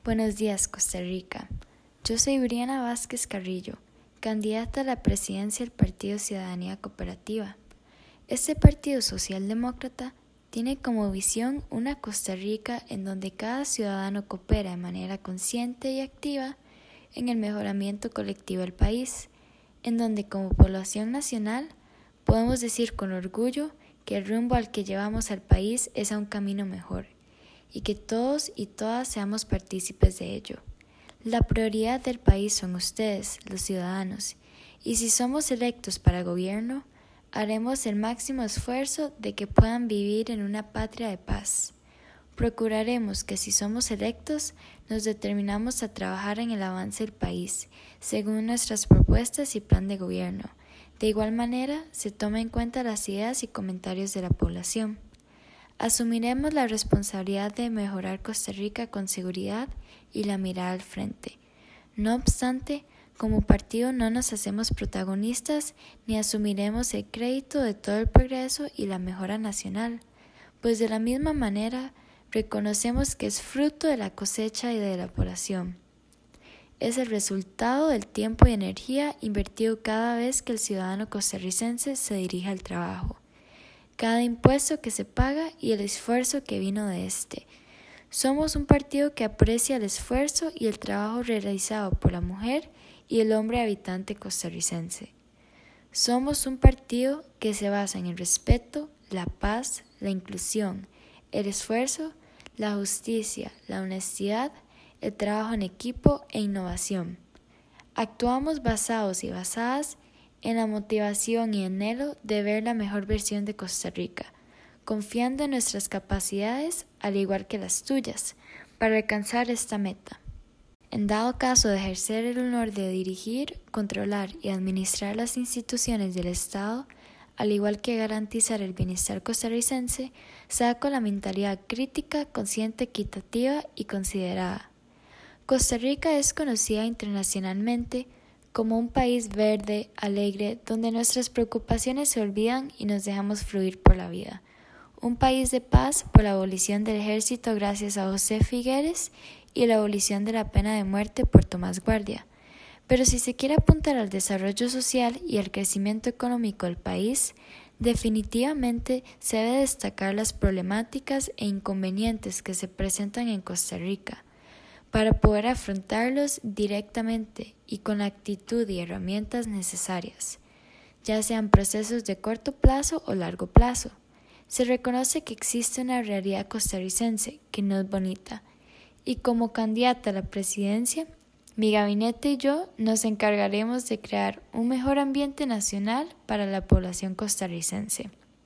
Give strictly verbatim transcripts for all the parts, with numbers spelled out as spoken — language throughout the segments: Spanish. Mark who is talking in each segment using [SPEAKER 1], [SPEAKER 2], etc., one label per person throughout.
[SPEAKER 1] Buenos días, Costa Rica. Yo soy Briana Vázquez Carrillo, candidata a la presidencia del Partido Ciudadanía Cooperativa. Este partido socialdemócrata tiene como visión una Costa Rica en donde cada ciudadano coopera de manera consciente y activa en el mejoramiento colectivo del país, en donde como población nacional podemos decir con orgullo que el rumbo al que llevamos al país es a un camino mejor, y que todos y todas seamos partícipes de ello. La prioridad del país son ustedes, los ciudadanos, y si somos electos para gobierno, haremos el máximo esfuerzo de que puedan vivir en una patria de paz. Procuraremos que si somos electos, nos determinamos a trabajar en el avance del país, según nuestras propuestas y plan de gobierno. De igual manera, se toma en cuenta las ideas y comentarios de la población. Asumiremos la responsabilidad de mejorar Costa Rica con seguridad y la mirada al frente. No obstante, como partido no nos hacemos protagonistas ni asumiremos el crédito de todo el progreso y la mejora nacional, pues de la misma manera reconocemos que es fruto de la cosecha y de la elaboración. Es el resultado del tiempo y energía invertido cada vez que el ciudadano costarricense se dirige al trabajo, cada impuesto que se paga y el esfuerzo que vino de este. Somos un partido que aprecia el esfuerzo y el trabajo realizado por la mujer y el hombre habitante costarricense. Somos un partido que se basa en el respeto, la paz, la inclusión, el esfuerzo, la justicia, la honestidad, el trabajo en equipo e innovación. Actuamos basados y basadas en la motivación y anhelo de ver la mejor versión de Costa Rica, confiando en nuestras capacidades, al igual que las tuyas, para alcanzar esta meta. En dado caso de ejercer el honor de dirigir, controlar y administrar las instituciones del Estado, al igual que garantizar el bienestar costarricense, sea con la mentalidad crítica, consciente, equitativa y considerada. Costa Rica es conocida internacionalmente como un país verde, alegre, donde nuestras preocupaciones se olvidan y nos dejamos fluir por la vida. Un país de paz por la abolición del ejército gracias a José Figueres y la abolición de la pena de muerte por Tomás Guardia. Pero si se quiere apuntar al desarrollo social y al crecimiento económico del país, definitivamente se debe destacar las problemáticas e inconvenientes que se presentan en Costa Rica, para poder afrontarlos directamente y con la actitud y herramientas necesarias, ya sean procesos de corto plazo o largo plazo. Se reconoce que existe una realidad costarricense que no es bonita, y como candidata a la presidencia, mi gabinete y yo nos encargaremos de crear un mejor ambiente nacional para la población costarricense.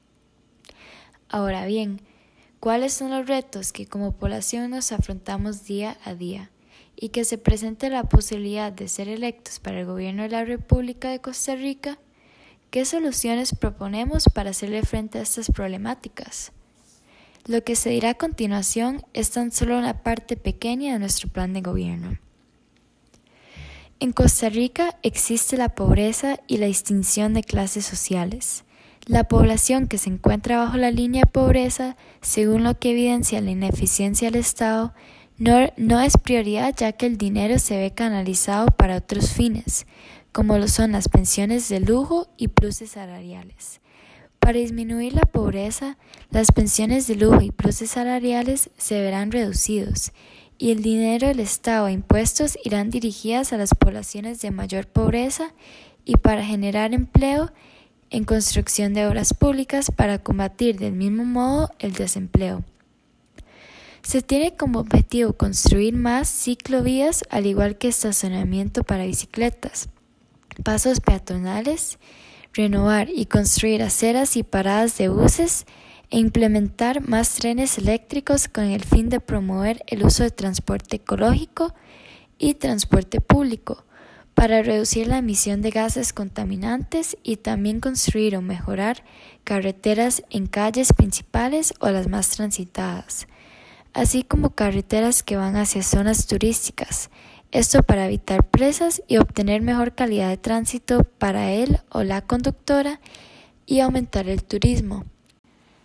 [SPEAKER 1] Ahora bien, ¿cuáles son los retos que como población nos afrontamos día a día y que se presente la posibilidad de ser electos para el gobierno de la República de Costa Rica? ¿Qué soluciones proponemos para hacerle frente a estas problemáticas? Lo que se dirá a continuación es tan solo una parte pequeña de nuestro plan de gobierno. En Costa Rica existe la pobreza y la distinción de clases sociales. La población que se encuentra bajo la línea de pobreza, según lo que evidencia la ineficiencia del Estado, no, no es prioridad ya que el dinero se ve canalizado para otros fines, como lo son las pensiones de lujo y pluses salariales. Para disminuir la pobreza, las pensiones de lujo y pluses salariales se verán reducidos, y el dinero del Estado e impuestos irán dirigidas a las poblaciones de mayor pobreza y para generar empleo en construcción de obras públicas para combatir del mismo modo el desempleo. Se tiene como objetivo construir más ciclovías al igual que estacionamiento para bicicletas, pasos peatonales, renovar y construir aceras y paradas de buses e implementar más trenes eléctricos con el fin de promover el uso de transporte ecológico y transporte público, para reducir la emisión de gases contaminantes y también construir o mejorar carreteras en calles principales o las más transitadas, así como carreteras que van hacia zonas turísticas, esto para evitar presas y obtener mejor calidad de tránsito para él o la conductora y aumentar el turismo.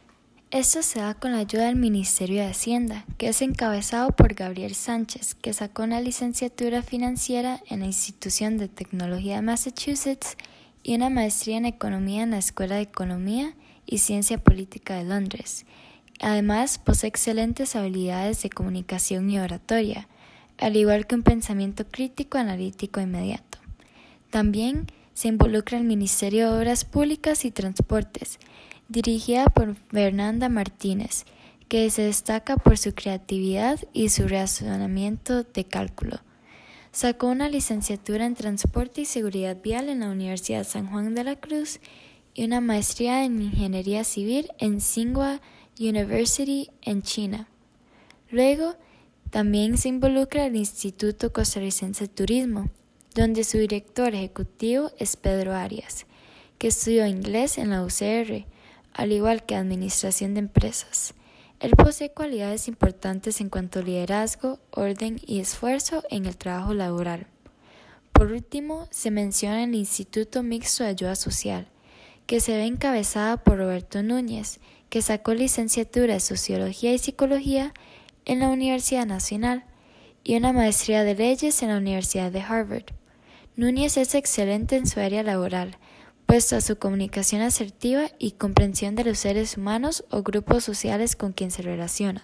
[SPEAKER 1] Esto se da con la ayuda del Ministerio de Hacienda, que es encabezado por Gabriel Sánchez, que sacó una licenciatura financiera en la Institución de Tecnología de Massachusetts y una maestría en Economía en la Escuela de Economía y Ciencia Política de Londres. Además, posee excelentes habilidades de comunicación y oratoria, al igual que un pensamiento crítico analítico inmediato. También se involucra en el Ministerio de Obras Públicas y Transportes, dirigida por Fernanda Martínez, que se destaca por su creatividad y su razonamiento de cálculo. Sacó una licenciatura en Transporte y Seguridad Vial en la Universidad San Juan de la Cruz y una maestría en Ingeniería Civil en Tsinghua University en China. Luego, también se involucra en el Instituto Costarricense de Turismo, donde su director ejecutivo es Pedro Arias, que estudió inglés en la U C R, al igual que Administración de Empresas. Él posee cualidades importantes en cuanto a liderazgo, orden y esfuerzo en el trabajo laboral. Por último, se menciona el Instituto Mixto de Ayuda Social, que se ve encabezada por Roberto Núñez, que sacó licenciatura de Sociología y Psicología en la Universidad Nacional y una maestría de Leyes en la Universidad de Harvard. Núñez es excelente en su área laboral, puesto a su comunicación asertiva y comprensión de los seres humanos o grupos sociales con quien se relaciona.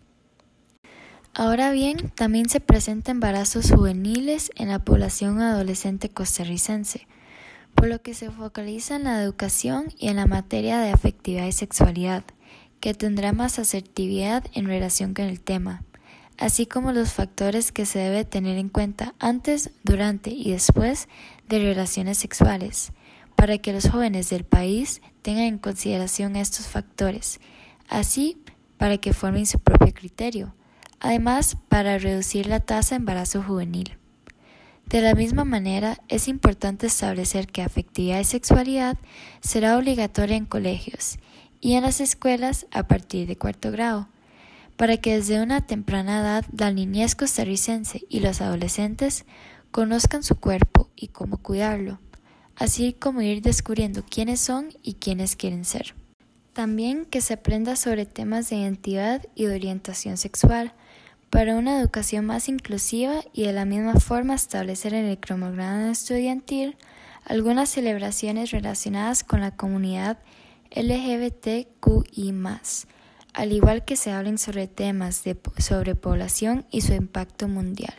[SPEAKER 1] Ahora bien, también se presentan embarazos juveniles en la población adolescente costarricense, por lo que se focaliza en la educación y en la materia de afectividad y sexualidad, que tendrá más asertividad en relación con el tema, así como los factores que se debe tener en cuenta antes, durante y después de relaciones sexuales, para que los jóvenes del país tengan en consideración estos factores, así para que formen su propio criterio, además para reducir la tasa de embarazo juvenil. De la misma manera, es importante establecer que afectividad y sexualidad será obligatoria en colegios y en las escuelas a partir de cuarto grado, para que desde una temprana edad la niñez costarricense y los adolescentes conozcan su cuerpo y cómo cuidarlo, así como ir descubriendo quiénes son y quiénes quieren ser. También que se aprenda sobre temas de identidad y de orientación sexual, para una educación más inclusiva y de la misma forma establecer en el cronograma estudiantil algunas celebraciones relacionadas con la comunidad L G B T Q I más, al igual que se hablen sobre temas de sobrepoblación y su impacto mundial.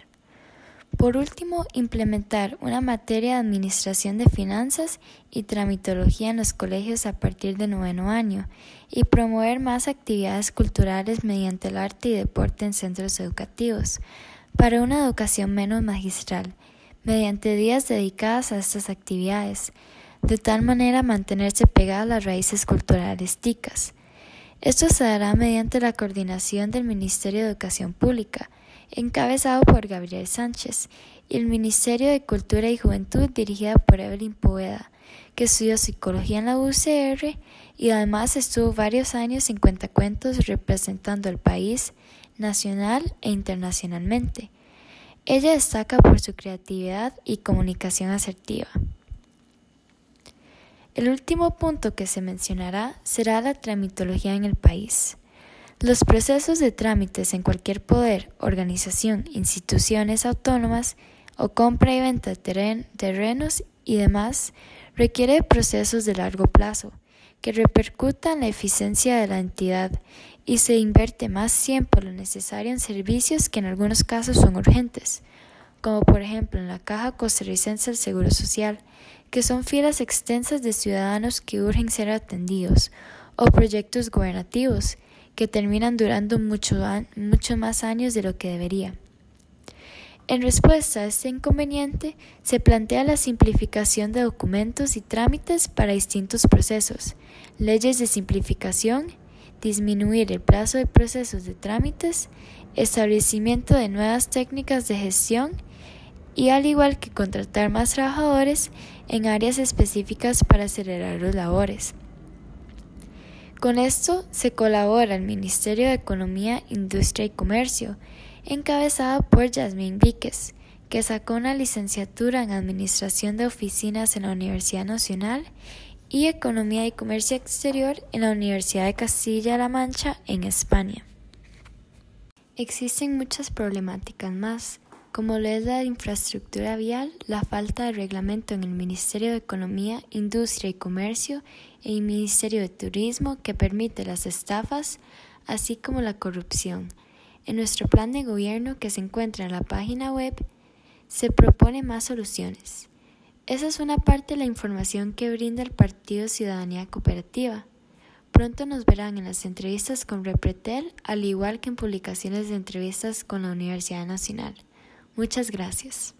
[SPEAKER 1] Por último, implementar una materia de administración de finanzas y tramitología en los colegios a partir de noveno año y promover más actividades culturales mediante el arte y deporte en centros educativos, para una educación menos magistral, mediante días dedicados a estas actividades, de tal manera mantenerse pegada a las raíces culturales ticas. Esto se dará mediante la coordinación del Ministerio de Educación Pública, encabezado por Gabriel Sánchez, y el Ministerio de Cultura y Juventud, dirigida por Evelyn Poveda, que estudió Psicología en la U C R y además estuvo varios años en Cuentacuentos representando al país nacional e internacionalmente. Ella destaca por su creatividad y comunicación asertiva. El último punto que se mencionará será la tramitología en el país. Los procesos de trámites en cualquier poder, organización, instituciones autónomas o compra y venta de terren- terrenos y demás requiere procesos de largo plazo que repercutan en la eficiencia de la entidad y se invierte más tiempo de lo necesario en servicios que en algunos casos son urgentes, como por ejemplo en la Caja Costarricense del Seguro Social, que son filas extensas de ciudadanos que urgen ser atendidos, o proyectos gubernativos, que terminan durando mucho, muchos más años de lo que debería. En respuesta a este inconveniente, se plantea la simplificación de documentos y trámites para distintos procesos, leyes de simplificación, disminuir el plazo de procesos de trámites, establecimiento de nuevas técnicas de gestión y al igual que contratar más trabajadores en áreas específicas para acelerar las labores. Con esto se colabora el Ministerio de Economía, Industria y Comercio, encabezado por Yasmín Víquez, que sacó una licenciatura en Administración de Oficinas en la Universidad Nacional y Economía y Comercio Exterior en la Universidad de Castilla-La Mancha en España. Existen muchas problemáticas más, como lo es la infraestructura vial, la falta de reglamento en el Ministerio de Economía, Industria y Comercio y el Ministerio de Turismo que permite las estafas, así como la corrupción. En nuestro plan de gobierno que se encuentra en la página web, se propone más soluciones. Esa es una parte de la información que brinda el Partido Ciudadanía Cooperativa. Pronto nos verán en las entrevistas con Repretel, al igual que en publicaciones de entrevistas con la Universidad Nacional. Muchas gracias.